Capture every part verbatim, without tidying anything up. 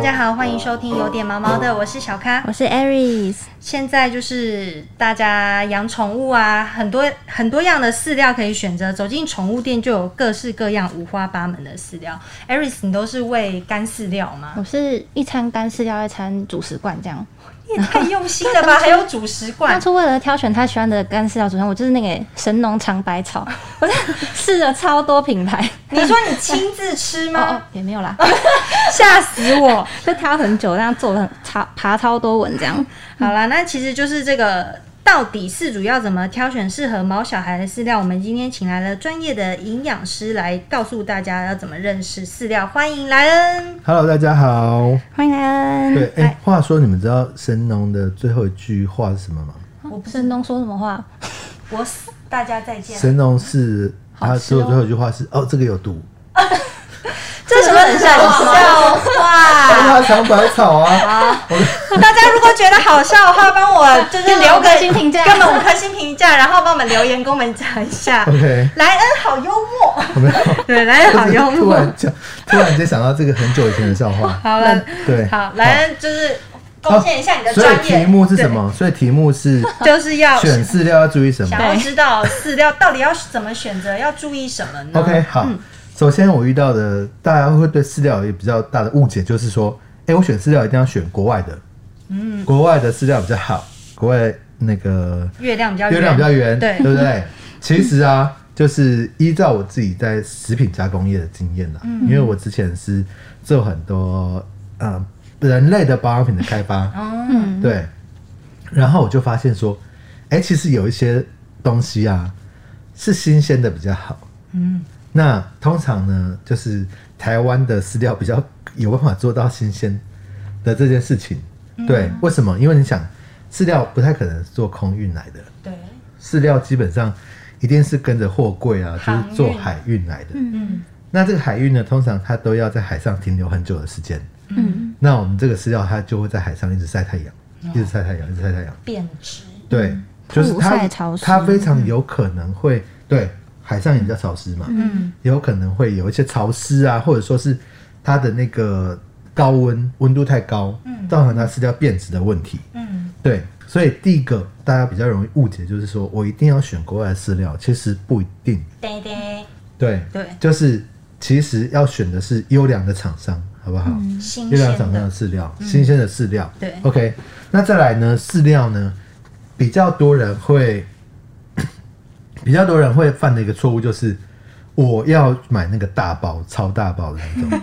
家好，欢迎收听有点毛毛的，我是小咖， 我是 Aries。 现在就是大家养宠物啊，很多很多样的饲料可以选择，走进宠物店就有各式各样五花八门的饲料。Aries， 你都是喂干饲料吗？ 我是一餐干饲料，一餐主食罐这样。 你也太用心了吧！还有主食罐。 当初为了挑选他喜欢的干饲料主食，我就是那个神农尝百草，我试了超多品牌。 你说你亲自吃吗？ 哦哦，也没有啦， 吓死我！ 就挑很久，这样做了很超爬超多文这样。 好啦，那其实就是这个。到底饲主要怎么挑选适合毛小孩的饲料？我们今天请来了专业的营养师来告诉大家要怎么认识饲料。欢迎莱恩。 Hello， 大家好， 欢迎莱恩。 对，哎、欸，话说你们知道神农的最后一句话是什么吗？ 我不神农说什么话？ 我死，大家再见。 神农是他说的最后一句话是哦，这个有毒。 这是什么很笑话？ 他尝百草啊！ 大家如果觉得好笑的话，帮我就是留个新评价， 给我们五颗星评价，然后帮我们留言跟我们讲一下。 OK， 莱恩好幽默， 没有？ 对，莱恩好幽默。 突然讲，突然间想到这个很久以前的笑话。 好了， 对， 好，莱恩就是贡献一下你的专业。 所以题目是什么？所以题目是就是要选饲料要注意什么？ 想要知道饲料到底要怎么选择，要注意什么呢 ？OK， 好。嗯首先，我遇到的大家会对饲料有比较大的误解，就是说，哎、欸，我选饲料一定要选国外的，嗯，国外的饲料比较好，国外那个月亮比较圆， 月亮比较圆， 对， 对不对？其实啊，就是依照我自己在食品加工业的经验啦，嗯、因为我之前是做很多呃人类的保养品的开发，嗯，对，然后我就发现说，哎、欸，其实有一些东西啊是新鲜的比较好，嗯。那通常呢，就是台湾的饲料比较有办法做到新鲜的这件事情。嗯、对，为什么？因为你想，饲料不太可能做空运来的。对，饲料基本上一定是跟着货柜啊，就是做海运来的。嗯，那这个海运呢，通常它都要在海上停留很久的时间。嗯，那我们这个饲料它就会在海上一直晒太阳，哦、一直晒太阳，一直晒太阳， 变质。 对，就是它，它非常有可能会、嗯、对。海上也比较潮湿嘛，嗯，有可能会有一些潮湿啊，或者说是它的那个高温，温度太高，嗯，造成它饲料变质的问题，嗯，对，所以第一个大家比较容易误解就是说我一定要选国外的饲料，其实不一定，对对，对对，就是其实要选的是优良的厂商，好不好？嗯、优良厂商的饲料，嗯、新鲜的饲料，对 ，OK， 那再来呢，饲料呢，比较多人会。比较多人会犯的一个错误就是，我要买那个大包、超大包的那种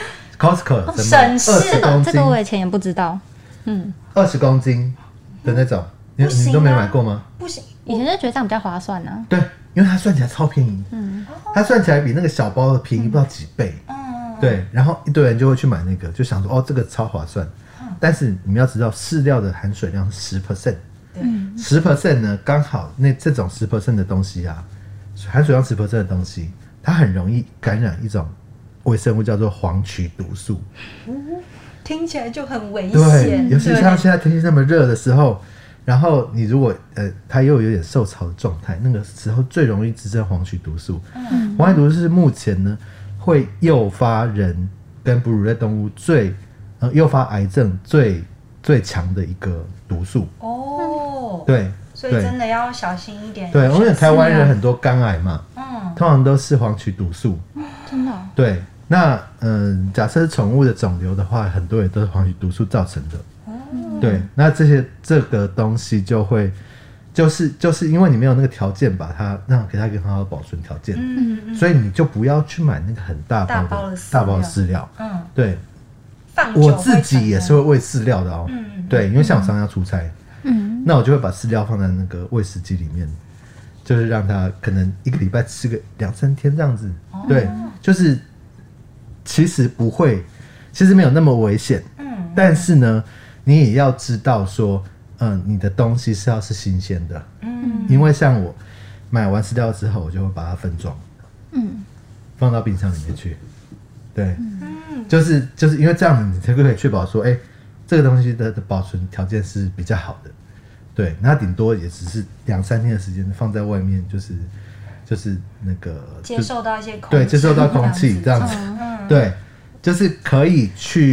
，Costco 什么二十公斤， 这个我以前也不知道，嗯， 二十公斤的那种，你你都没买过吗？ 不行， 以前就觉得这样比较划算呢、啊。 对，因为它算起来超便宜，嗯，它算起来比那个小包的便宜不知道几倍，嗯，对，然后一堆人就会去买那个，就想说哦，这个超划算，但是你们要知道，饲料的含水量是 百分之十。十 percent 呢，刚好那这种十 percent 的东西啊，含水量十 percent 的东西，它很容易感染一种微生物，叫做黄曲毒素。 嗯、听起来就很危险。 对，尤其像现在天气那么热的时候，然后你如果呃，它又有点受潮的状态，那个时候最容易滋生黄曲毒素。嗯、黄曲毒素是目前呢会诱发人跟哺乳类动物最呃诱发癌症最最强的一个毒素。哦。对， 所以真的要小心一点。 对，因为台湾人很多肝癌嘛，嗯，通常都是黄曲毒素， 真的、哦。 对，那嗯，假设是宠物的肿瘤的话，很多也都是黄曲毒素造成的。哦，对，那这些这个东西就会，就是就是因为你没有那个条件把它让给它一个很好的保存条件，嗯嗯，所以你就不要去买那个很大包的大包的饲料，嗯，对。我自己也是会喂饲料的哦，嗯，对，因为像我常常要出差。嗯，那我就会把饲料放在那个喂食机里面，就是让它可能一个礼拜吃个两三天这样子。哦、对，就是其实不会，其实没有那么危险。嗯，但是呢，你也要知道说，嗯，你的东西是要是新鲜的。嗯，因为像我买完饲料之后，我就会把它分装，嗯，放到冰箱里面去。对，嗯，就是就是因为这样子，你才可以确保说，哎、欸。这个东西的保存条件是比较好的，对，那顶多也只是两三天的时间放在外面，就是就是那个接受到一些空气， 对，接受到空气这样子，嗯、对，就是可以去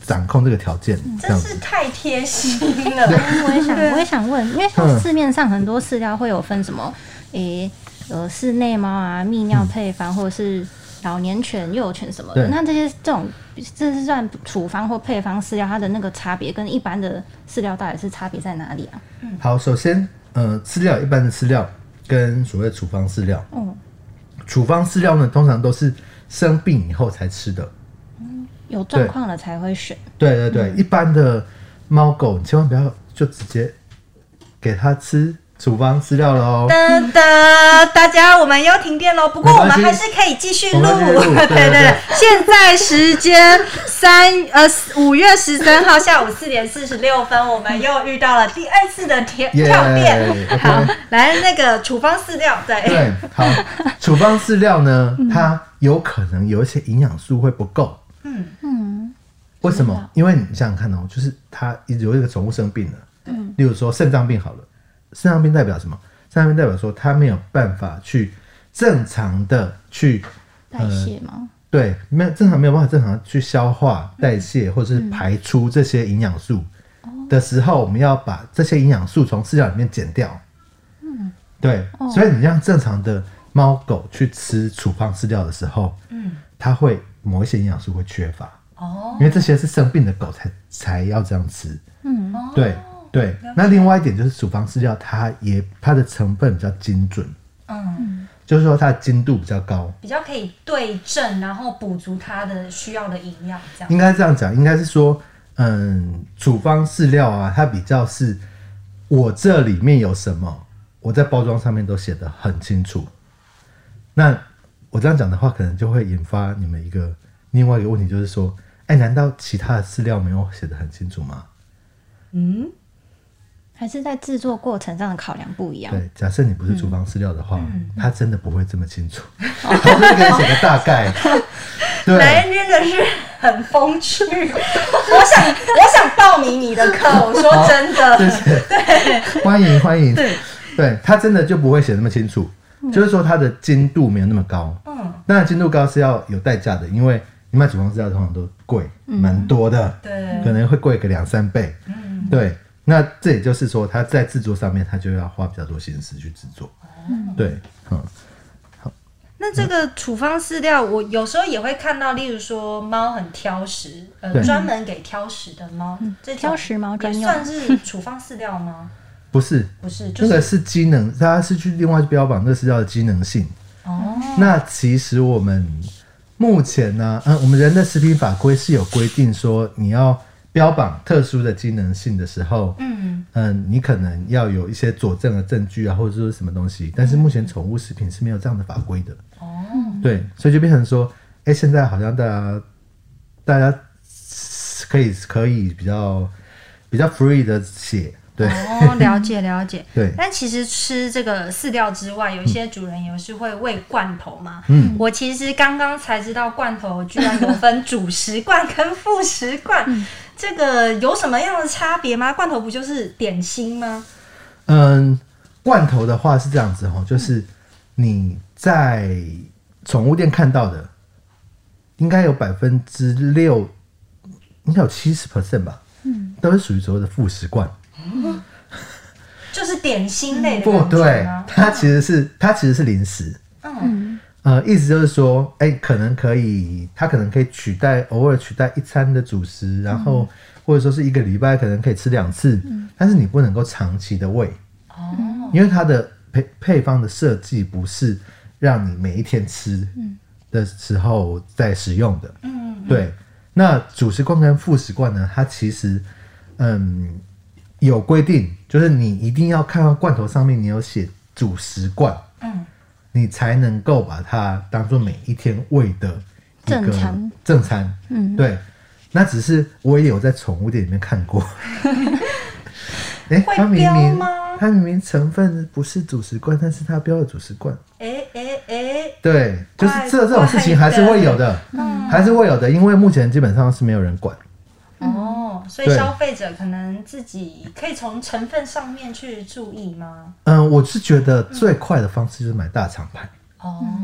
掌控这个条件，这样子。 真是太贴心了。 我也想，我也想问，因为像市面上很多饲料会有分什么，诶、欸，呃，室内猫啊、泌尿配方，或者是老年犬、幼犬什么的。那这些这种，这是算处方或配方饲料，它的那个差别跟一般的饲料到底是差别在哪里啊？ 嗯、好，首先，呃，饲料一般的饲料跟所谓处方饲料，嗯，处方饲料呢，通常都是生病以后才吃的。 有状况了才会选。 对对对，嗯、一般的猫狗，你千万不要就直接给它吃处方饲料了哦。 噔噔，大家我们又停电喽，不过我们还是可以继续录。对对对，现在时间三呃五月十三号下午四点四十六分，我们又遇到了第二次的跳跳电。Yeah, 好， okay. 来那个处方饲料，对对，好，处方饲料呢，它有可能有一些营养素会不够。嗯嗯，为什么？因为你想想看哦，就是它有一个宠物生病了，嗯，例如说肾脏病好了，肾脏病代表什么？肾脏病代表说它没有办法去正常的去代谢吗？呃、 对，没有正常没有办法正常去消化、代谢、嗯、或者是排出这些营养素的时候，我们要把这些营养素从饲料里面减掉。嗯，对，哦、所以你让正常的猫狗去吃处方饲料的时候，嗯，它会。某一些营养素会缺乏哦，因为这些是生病的狗才才要这样吃。嗯，对对。那另外一点就是处方饲料，它也它的成分比较精准。嗯，就是说它的精度比较高， 比较可以对症，然后补足它的需要的营养。这样应该这样讲，应该是说，嗯，处方饲料啊，它比较是我这里面有什么，我在包装上面都写得很清楚。那我这样讲的话，可能就会引发你们一个另外一个问题，就是说，哎，难道其他的饲料没有写得很清楚吗？ 嗯，还是在制作过程上的考量不一样？ 对，假设你不是处方饲料的话，嗯、它真的不会这么清楚，它只是给你写个大概。对， 男人真的是很风趣。我想，我想报名你的课。我说真的， 谢谢，对，欢迎欢迎。对，对，它真的就不会写那么清楚。就是说它的精度没有那么高，嗯，当然精度高是要有代价的，因为你买处方饲料通常都贵，蛮、嗯、多的，对，可能会贵个两三倍，嗯，对，那这也就是说它在制作上面它就要花比较多心思去制作，嗯，对，嗯，好。 那这个处方饲料，我有时候也会看到，例如说猫很挑食，呃，专门给挑食的猫，嗯、这挑食猫专用， 算是处方饲料吗？ 不是， 不是，就是、 那个是机能，它是去另外标榜那饲料的机能性。哦，那其实我们目前呢、啊，嗯，我们人的食品法规是有规定说，你要标榜特殊的机能性的时候，嗯嗯，你可能要有一些佐证的证据啊，或者说什么东西。但是目前宠物食品是没有这样的法规的。哦，对，所以就变成说，哎、欸，现在好像大家大家可以可以比较比较 free 的写。对哦，了解了解。 对， 但其实吃这个饲料之外，有一些主人也是会喂罐头嘛。嗯，我其实刚刚才知道罐头居然有分主食罐跟副食罐，嗯、这个有什么样的差别吗？罐头不就是点心吗？ 嗯，罐头的话是这样子哈，就是你在宠物店看到的，应该有百分之六，应该有七十 percent 吧，嗯，都是属于所谓的副食罐。嗯、 就是点心类的不对，它其实是它其实是零食。嗯，呃，意思就是说，哎、欸，可能可以，它可能可以取代偶尔取代一餐的主食，然后、嗯、或者说是一个礼拜可能可以吃两次，嗯、但是你不能够长期的喂。哦，因为它的配配方的设计不是让你每一天吃的时候再使用的。嗯，对。那主食罐跟副食罐呢，它其实嗯。有规定，就是你一定要看到罐头上面你有写主食罐，嗯，你才能够把它当做每一天喂的一个正餐。 正餐，嗯，对。那只是我也有在宠物店里面看过，哎、欸，它明明它明明成分不是主食罐，但是它标了主食罐，哎哎哎，对，就是这这种事情还是会有的，嗯，还是会有的，因为目前基本上是没有人管。 哦，所以消费者可能自己可以从成分上面去注意吗？ 嗯，我是觉得最快的方式就是买大厂牌。哦，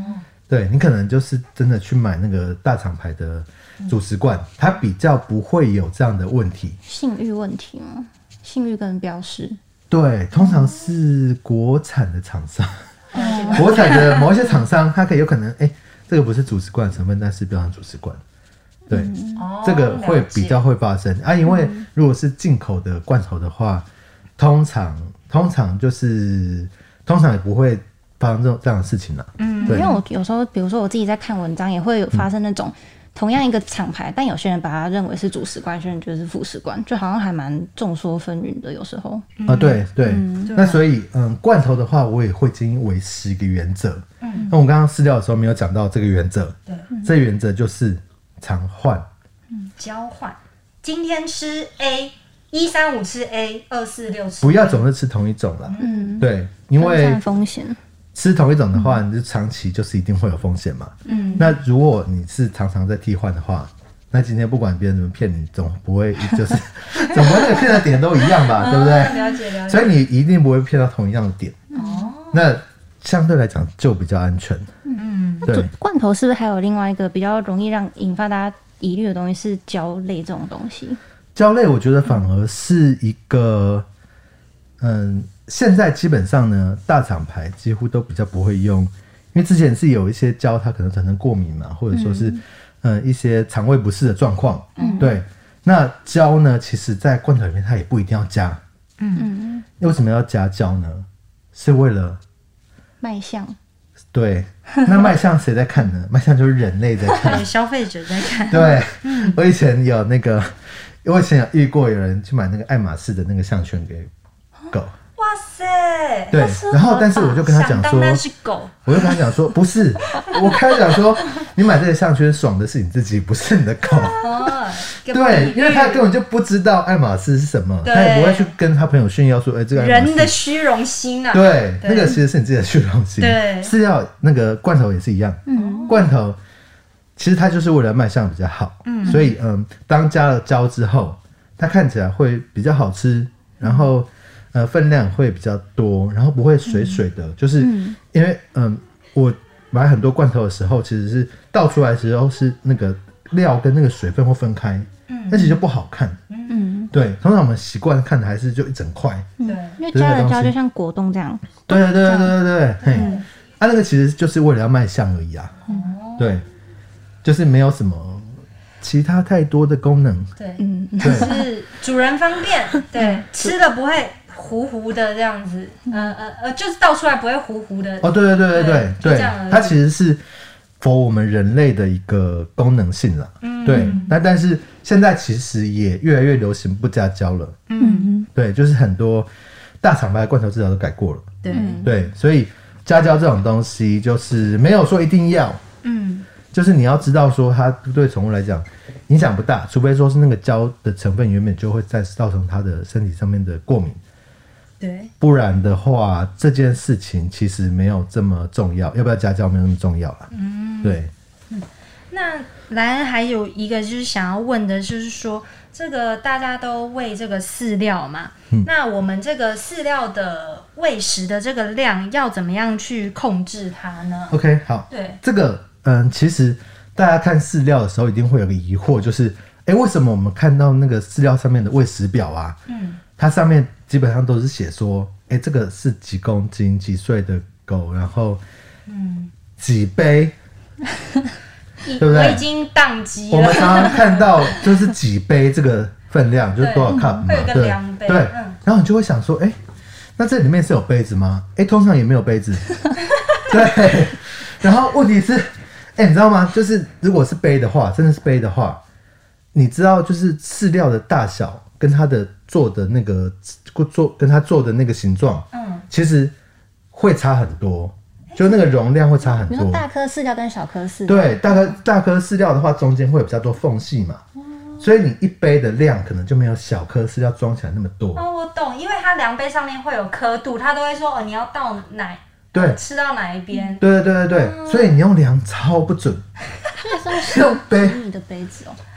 对你可能就是真的去买那个大厂牌的主食罐，它比较不会有这样的问题。 信誉问题吗？信誉跟标识？ 对，通常是国产的厂商，国产的某一些厂商，它可以有可能，哎、欸，这个不是主食罐成分，但是标上主食罐。对、嗯，这个会比较会发生啊，因为如果是进口的罐头的话，通常通常就是通常也不会发生这种这样的事情啦。嗯，对， 因为我有时候，比如说我自己在看文章，也会有发生那种、嗯、同样一个厂牌，但有些人把它认为是主食罐，有些人觉得是副食罐，就好像还蛮众说纷纭的。有时候啊、呃，对对、嗯，那所以嗯，罐头的话，我也会经维持一个原则。嗯，那我刚刚饲料的时候没有讲到这个原则，对，这个原则就是常换， 嗯，交换。今天吃 A， 一三五吃 A， 二四六吃 A， 不要总是吃同一种啦。嗯，对，因为分散风险。 吃同一种的话，你就长期就是一定会有风险嘛。嗯，那如果你是常常在替换的话，那今天不管别人怎么骗你，总不会就是总不会那个骗的点都一样吧，对不对？ 了解了解。 所以你一定不会骗到同一样的点。哦，那相对来讲就比较安全。嗯，对。 罐头是不是还有另外一个比较容易让引发大家疑虑的东西是胶类这种东西？ 胶类我觉得反而是一个，嗯，现在基本上呢，大厂牌几乎都比较不会用，因为之前是有一些胶它可能产生过敏嘛，或者说是嗯、呃、一些肠胃不适的状况。嗯，对。那胶呢，其实在罐头里面它也不一定要加。嗯，为什么要加胶呢？是为了卖相。 对，那卖相谁在看呢？卖相就是人类在看， 对，消费者在看。 对，嗯、我以前有那个，我以前有遇过有人去买那个爱马仕的那个项圈给狗。 哇塞！ 对，然后但是我就跟他讲说， 那是狗， 我就跟他讲说，不是，我跟他讲说，你买这个项圈爽的是你自己，不是你的狗。哦，对，因为他根本就不知道爱马仕是什么，他也不会去跟他朋友炫耀说，哎、欸，这个爱马仕人的虚荣心啊。 对，那个其实是你自己的虚荣心。 对， 饲料那个罐头也是一样，嗯，罐头其实它就是为了卖相比较好，嗯，所以嗯，当加了胶之后，它看起来会比较好吃，然后。呃，分量会比较多，然后不会水水的，嗯、就是因为嗯，我买很多罐头的时候，其实是倒出来的时候是那个料跟那个水分会分开，嗯，那其实就不好看，嗯，对，通常我们习惯看的还是就一整块， 对，因为加了胶就像果冻这样， 对对对对对对，嘿，嗯、啊，那个其实就是为了要卖相而已啊，嗯、对，就是没有什么。其他太多的功能， 对，嗯，就是主人方便，对，吃了不会糊糊的这样子，呃呃呃，就是倒出来不会糊糊的。 哦，对对对对对对，它其实是 for 我们人类的一个功能性啦，嗯，对。那但是现在其实也越来越流行不加胶了，嗯，对，就是很多大厂牌的罐头至少都改过了，对对，所以加胶这种东西就是没有说一定要，嗯。就是你要知道说它对宠物来讲影响不大，除非说是那个胶的成分原本就会再造成它的身体上面的过敏， 对， 不然的话这件事情其实没有这么重要，要不要加胶没有那么重要啦。嗯，对。 嗯，那莱恩还有一个就是想要问的，就是说这个大家都喂这个饲料嘛，嗯、那我们这个饲料的喂食的这个量要怎么样去控制它呢 ？OK， 好，对，这个。嗯，其实大家看饲料的时候一定会有个疑惑，就是，哎，为什么我们看到那个饲料上面的喂食表啊，嗯，它上面基本上都是写说，哎，这个是几公斤、几岁的狗，然后，嗯，几杯，对不对？ 我已经宕机了。 我们常常看到就是几杯这个分量，就是多少 cup 嘛， 会有个量杯， 对，嗯、然后你就会想说，哎，那这里面是有杯子吗？哎，通常也没有杯子，对，然后问题是。哎、欸，你知道吗？就是如果是杯的话，真的是杯的话，你知道，就是饲料的大小跟它的做的那个做跟它做的那个形状，嗯，其实会差很多，就那个容量会差很多。 你说大颗饲料跟小颗饲料， 对，大颗大颗饲料的话，中间会有比较多缝隙嘛，哦、所以你一杯的量可能就没有小颗饲料装起来那么多。 哦，我懂，因为它量杯上面会有刻度，它都会说哦，你要倒奶。 对， 吃到哪一边？ 对对对对对，嗯、所以你用量超不准， 所以是用杯你的杯子哦。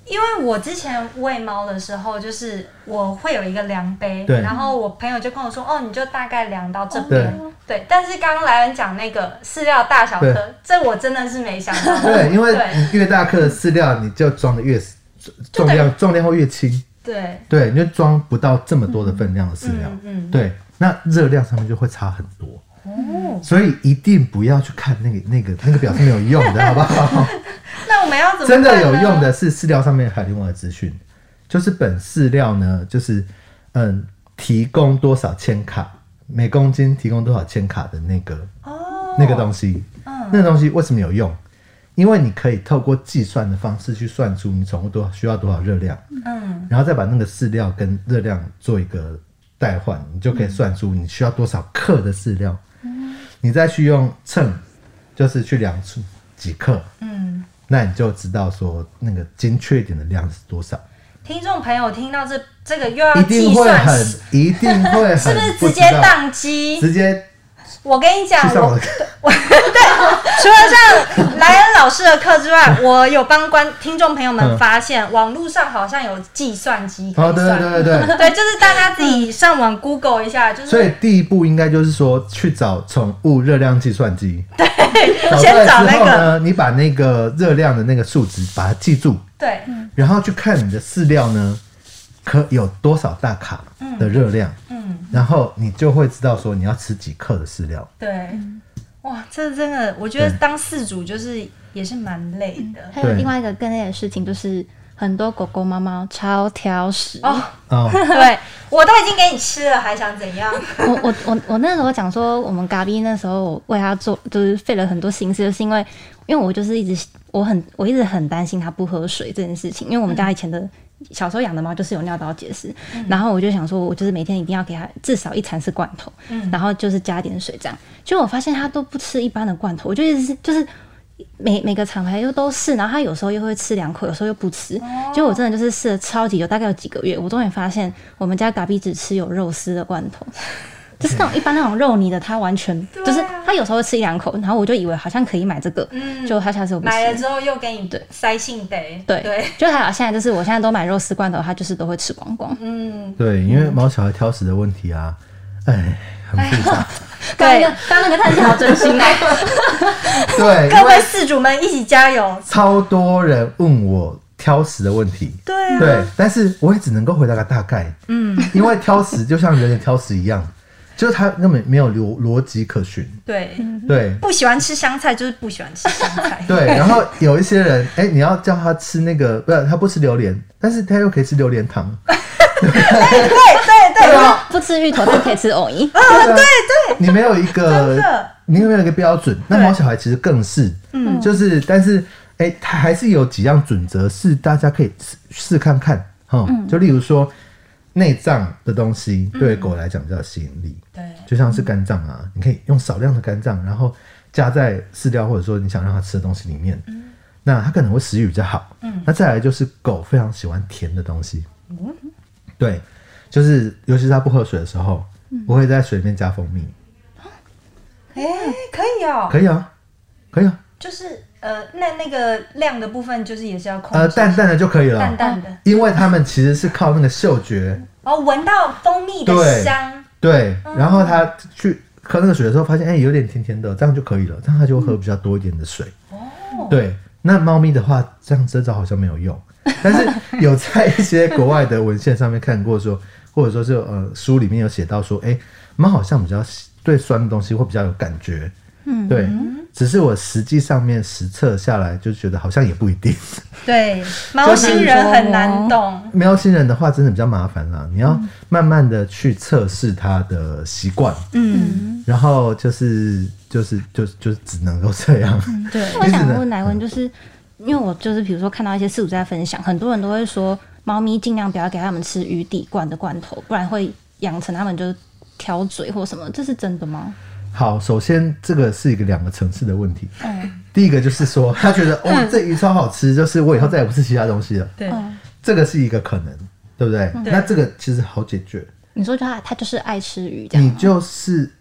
因为我之前喂猫的时候，就是我会有一个量杯， 对然后我朋友就跟我说，哦，你就大概量到这边，对。对，但是刚刚莱恩讲那个饲料大小颗，这我真的是没想到。 对，因为你越大颗的饲料，你就装的越重量，重量会越轻。 对， 对，你就装不到这么多的分量的饲料。嗯，嗯对，那热量上面就会差很多。哦，所以一定不要去看那个那个那个表是没有用的，好不好？ 那我们要怎么真的有用的是饲料上面还有另外的资讯，就是本饲料呢，就是嗯，提供多少千卡，每公斤提供多少千卡的那个哦，那个东西，嗯，那个东西为什么有用？因为你可以透过计算的方式去算出你宠物多需要多少热量，嗯，然后再把那个饲料跟热量做一个代换，你就可以算出你需要多少克的饲料，嗯，你再去用秤，就是去量出几克，嗯，那你就知道说那个精确一点的量是多少。 听众朋友听到这这个又要一定计算， 会很，一定会很， 是不是直接宕机？ 直接。 我跟你讲，我我对，除了上莱恩老师的课之外，我有帮观听众朋友们发现，嗯、网络上好像有计算机可以算。 哦，对对对对， 对，就是大家自己上网 Google 一下，就是。 所以第一步应该就是说去找宠物热量计算机。 对， 找先找那个，你把那个热量的那个数值把它记住。 对， 然后去看你的饲料呢，可有多少大卡的热量。嗯。嗯然后你就会知道说你要吃几克的饲料。 对，哇，这真的，我觉得当饲主就是也是蛮累的。 还有另外一个更累的事情，就是很多狗狗、猫猫超挑食。 哦，哦对，我都已经给你吃了，还想怎样？ 我我我我那时候讲说，我们嘎比那时候我为他做，就是费了很多心思，就是因为因为我就是一直我很我一直很担心他不喝水这件事情，因为我们家以前的。嗯小时候养的猫就是有尿道结石，嗯、然后我就想说，我就是每天一定要给它至少一餐是罐头，嗯、然后就是加点水这样。结果我发现它都不吃一般的罐头，我就一直是就是每每个厂牌又都试，然后它有时候又会吃两口，有时候又不吃。哦、结果我真的就是试了超级久，大概有几个月，我终于发现我们家嘎比只吃有肉丝的罐头。就是那种一般那种肉泥的，他完全、啊、就是他有时候会吃一两口，然后我就以为好像可以买这个，嗯，就他下次我不买了之后又给你塞信得， 对对，就还好。现在就是我现在都买肉丝罐头，他就是都会吃光光，嗯， 对，因为猫小孩挑食的问题啊，哎，很复杂。 对，刚刚那个叹气好真心哎。 对， 各位饲主们一起加油。 超多人问我挑食的问题， 对啊， 对，但是我也只能够回答个大概，嗯，因为挑食就像人的挑食一样。就是他根本没有逻逻辑可循， 对对， 不喜欢吃香菜就是不喜欢吃香菜， 对。然后有一些人，哎、欸，你要叫他吃那个，不是他不吃榴莲，但是他又可以吃榴莲糖， 对对对对， 啊、不吃芋头但可以吃藕泥， 啊，对对， 你没有一个，你没有一个标准。那毛小孩其实更是，嗯，就是但是哎、欸，他还是有几样准则是大家可以试看看，嗯，就例如说。内脏的东西对狗来讲比较有吸引力，对、嗯，就像是肝脏啊，你可以用少量的肝脏，然后加在饲料或者说你想让它吃的东西里面，嗯、那它可能会食欲比较好。嗯，那再来就是狗非常喜欢甜的东西，嗯，对，就是尤其是它不喝水的时候，嗯、我会在水里面加蜂蜜。 哎、欸，可以哦， 可以啊，可以啊， 就是呃，那那个量的部分就是也是要控制， 呃，淡淡的就可以了， 淡淡的， 因为他们其实是靠那个嗅觉。 哦，闻到蜂蜜的香， 对，对嗯、然后他去喝那个水的时候，发现哎、欸、有点甜甜的，这样就可以了，这样他就会喝比较多一点的水。哦，对，那猫咪的话，这样这招好像没有用，但是有在一些国外的文献上面看过说，或者说是呃书里面有写到说，哎、欸，猫好像比较对酸的东西会比较有感觉。嗯，对，只是我实际上面实测下来，就觉得好像也不一定。 对，猫星人很难懂。 猫星人的话，真的比较麻烦啦，你要慢慢的去测试它的习惯。嗯，然后就是就是就就只能够这样。 嗯、对，我想问莱文，就是因为我就是比如说看到一些饲主在分享，很多人都会说，猫咪尽量不要给他们吃鱼底罐的罐头，不然会养成他们就是挑嘴或什么，这是真的吗？ 好，首先这个是一个两个层次的问题。嗯，第一个就是说，他觉得哦，这鱼超好吃，就是我以后再也不吃其他东西了。对，这个是一个可能，对不对？嗯、那这个其实好解决。 你说他他就是爱吃鱼，这样你就是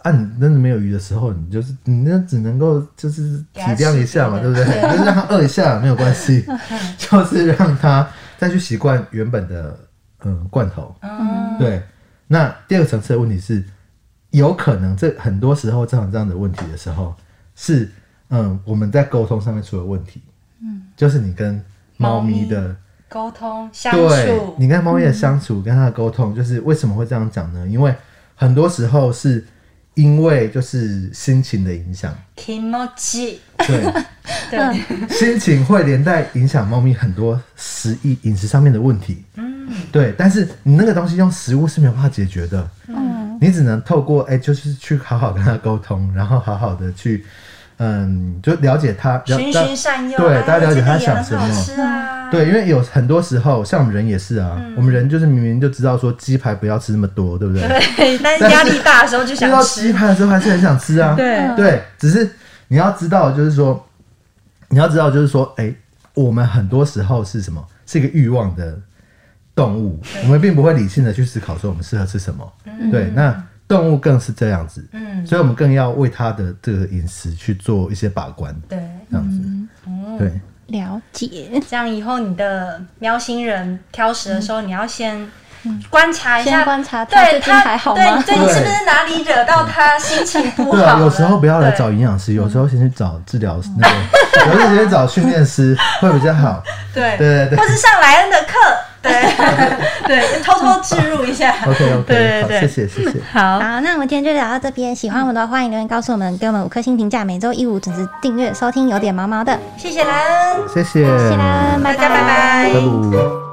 啊，你真的没有鱼的时候，你就是你那只能够就是体谅一下嘛，对不对？就是让他饿一下没有关系，就是让他再去习惯原本的嗯罐头。嗯，对。那第二个层次的问题是，有可能这很多时候造成这样的问题的时候，是嗯我们在沟通上面出了问题。嗯，就是你跟猫咪的沟通相处， 对，你跟猫咪的相处、嗯、跟它的沟通，就是为什么会这样讲呢？因为很多时候是因为就是心情的影响 ，kimochi， 对对，心情会连带影响猫咪很多食饮饮食上面的问题。嗯，对，但是你那个东西用食物是没有办法解决的。嗯，你只能透过哎、欸，就是去好好跟它沟通，然后好好的去。嗯，就了解他， 循循善诱， 对，大家了解他想什么。 啊、 对，因为有很多时候，像我们人也是啊，嗯、我们人就是明明就知道说鸡排不要吃那么多，对不对？ 对，但是压力大的时候就想吃。 遇到鸡排的时候还是很想吃啊。 对对，只是你要知道，就是说，你要知道，就是说，哎、欸，我们很多时候是什么？是一个欲望的动物，我们并不会理性的去思考说我们适合吃什么。嗯、对，那。动物更是这样子，嗯，所以我们更要为它的这个饮食去做一些把关， 对， 这样子， 嗯、 对， 了解。 这样以后你的喵星人挑食的时候，嗯、你要先观察一下， 先观察他最近还好吗？ 对，最近是不是哪里惹到他心情不好？ 对啊，有时候不要来找营养师，有时候先去找治疗那个，有时候先找训练师会比较好。 对对对， 或是上莱恩的课。对对，偷偷置入一下。 OK OK， 对对对， 谢谢谢谢。 好，好，那我们今天就聊到这边。喜欢我们的，欢迎留言告诉我们，给我们五颗星评价。每周一五准时订阅收听，有点毛毛的。 谢谢莱恩， 谢谢， 谢谢莱恩，拜拜拜拜。 拜拜。